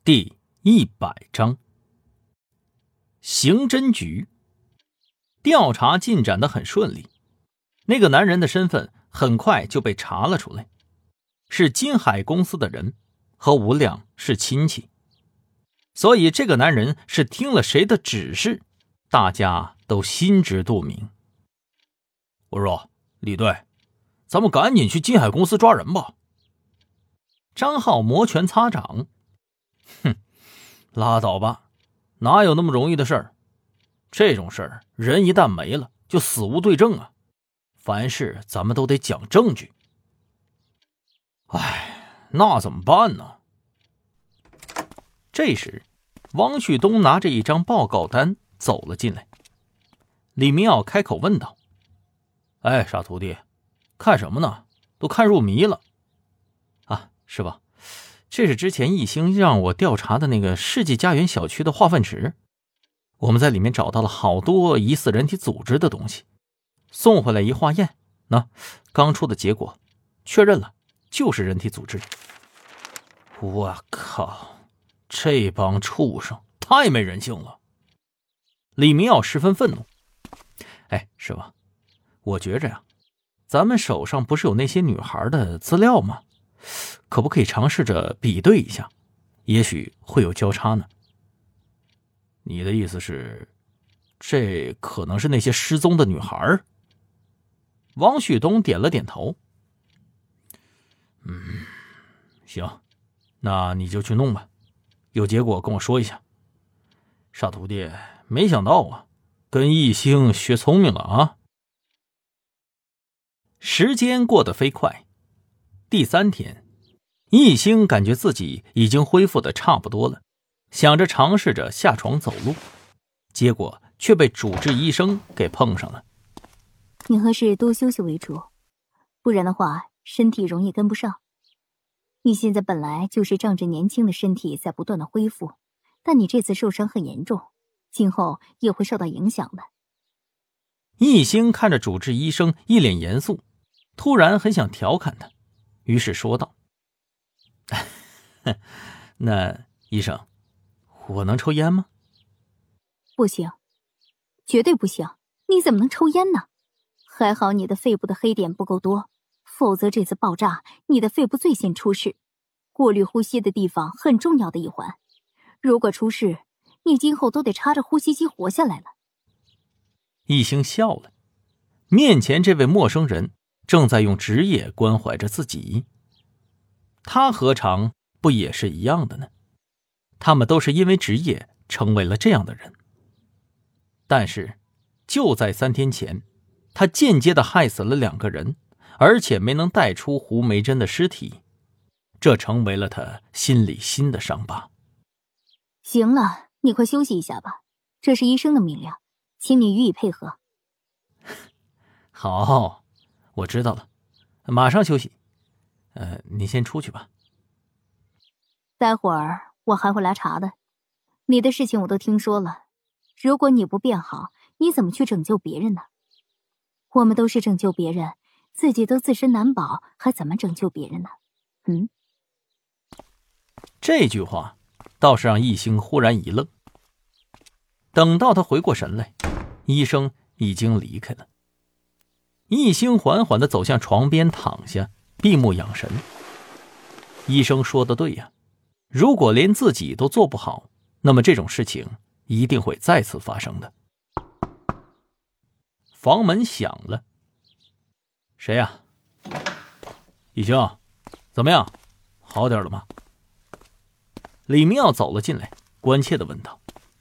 第100章刑侦局。调查进展得很顺利，那个男人的身份很快就被查了出来，是金海公司的人，和吴亮是亲戚，所以这个男人是听了谁的指示，大家都心知肚明。 我说李队，咱们赶紧去金海公司抓人吧。 张浩摩拳擦掌， 哼，拉倒吧，哪有那么容易的事儿？这种事儿，人一旦没了，就死无对证啊！凡事咱们都得讲证据。哎，那怎么办呢？ 这时，汪旭东拿着一张报告单走了进来。李明耀开口问道：“ 哎，傻徒弟，看什么呢？都看入迷了。” 啊，师傅，这是之前易兴让我调查的那个世纪家园小区的化粪池，我们在里面找到了好多疑似人体组织的东西，送回来一化验，刚出的结果确认了，就是人体组织。 我靠，这帮畜生太没人性了！ 李明耀十分愤怒。哎，师傅，我觉着呀，咱们手上不是有那些女孩的资料吗？可不可以尝试着比对一下，也许会有交叉呢？ 你的意思是，这可能是那些失踪的女孩？ 汪旭东点了点头。 行，那你就去弄吧，有结果跟我说一下。傻徒弟，没想到啊，跟易兴学聪明了啊！ 时间过得飞快，第3天，易兴感觉自己已经恢复得差不多了，想着尝试着下床走路，结果却被主治医生给碰上了。 你还是多休息为主，不然的话身体容易跟不上。你现在本来就是仗着年轻的身体在不断的恢复，但你这次受伤很严重，今后也会受到影响的。 易兴看着主治医生一脸严肃，突然很想调侃他，于是说道：那医生，我能抽烟吗？ 不行，绝对不行，你怎么能抽烟呢？还好你的肺部的黑点不够多，否则这次爆炸你的肺部最先出事，过滤呼吸的地方很重要的一环，如果出事，你今后都得插着呼吸机活下来了。 易兴笑了，面前这位陌生人正在用职业关怀着自己，他何尝不也是一样的呢？他们都是因为职业成为了这样的人。但是就在3天前，他间接地害死了2个人，而且没能带出胡梅珍的尸体，这成为了他心里新的伤疤。 行了，你快休息一下吧，这是医生的命令，请你予以配合。 好，我知道了，马上休息。你先出去吧。 待会儿我还会来查的，你的事情我都听说了，如果你不变好，你怎么去拯救别人呢？我们都是拯救别人，自己都自身难保，还怎么拯救别人呢？ 这句话倒是让易兴忽然一愣。等到他回过神来，医生已经离开了。易兴缓缓地走向床边躺下，闭目养神。医生说的对呀，如果连自己都做不好，那么这种事情一定会再次发生的。房门响了。谁呀？ 易兴，怎么样？好点了吗？ 李明耀走了进来，关切地问道。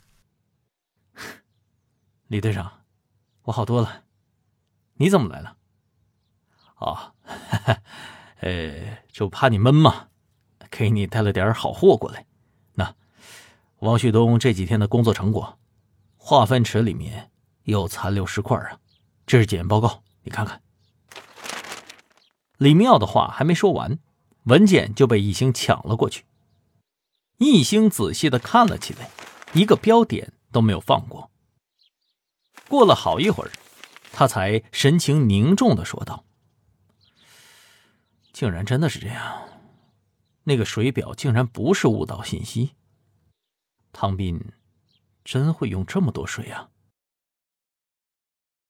李队长， 我好多了，你怎么来了？ 就怕你闷嘛，给你带了点好货过来。那王旭东这几天的工作成果，化粪池里面有残留尸块啊，这是检验报告，你看看。 李明耀的话还没说完，文件就被易兴抢了过去。易兴仔细地看了起来，一个标点都没有放过。过了好一会儿，他才神情凝重地说道：竟然真的是这样，那个水表竟然不是误导信息， 汤斌真会用这么多水啊？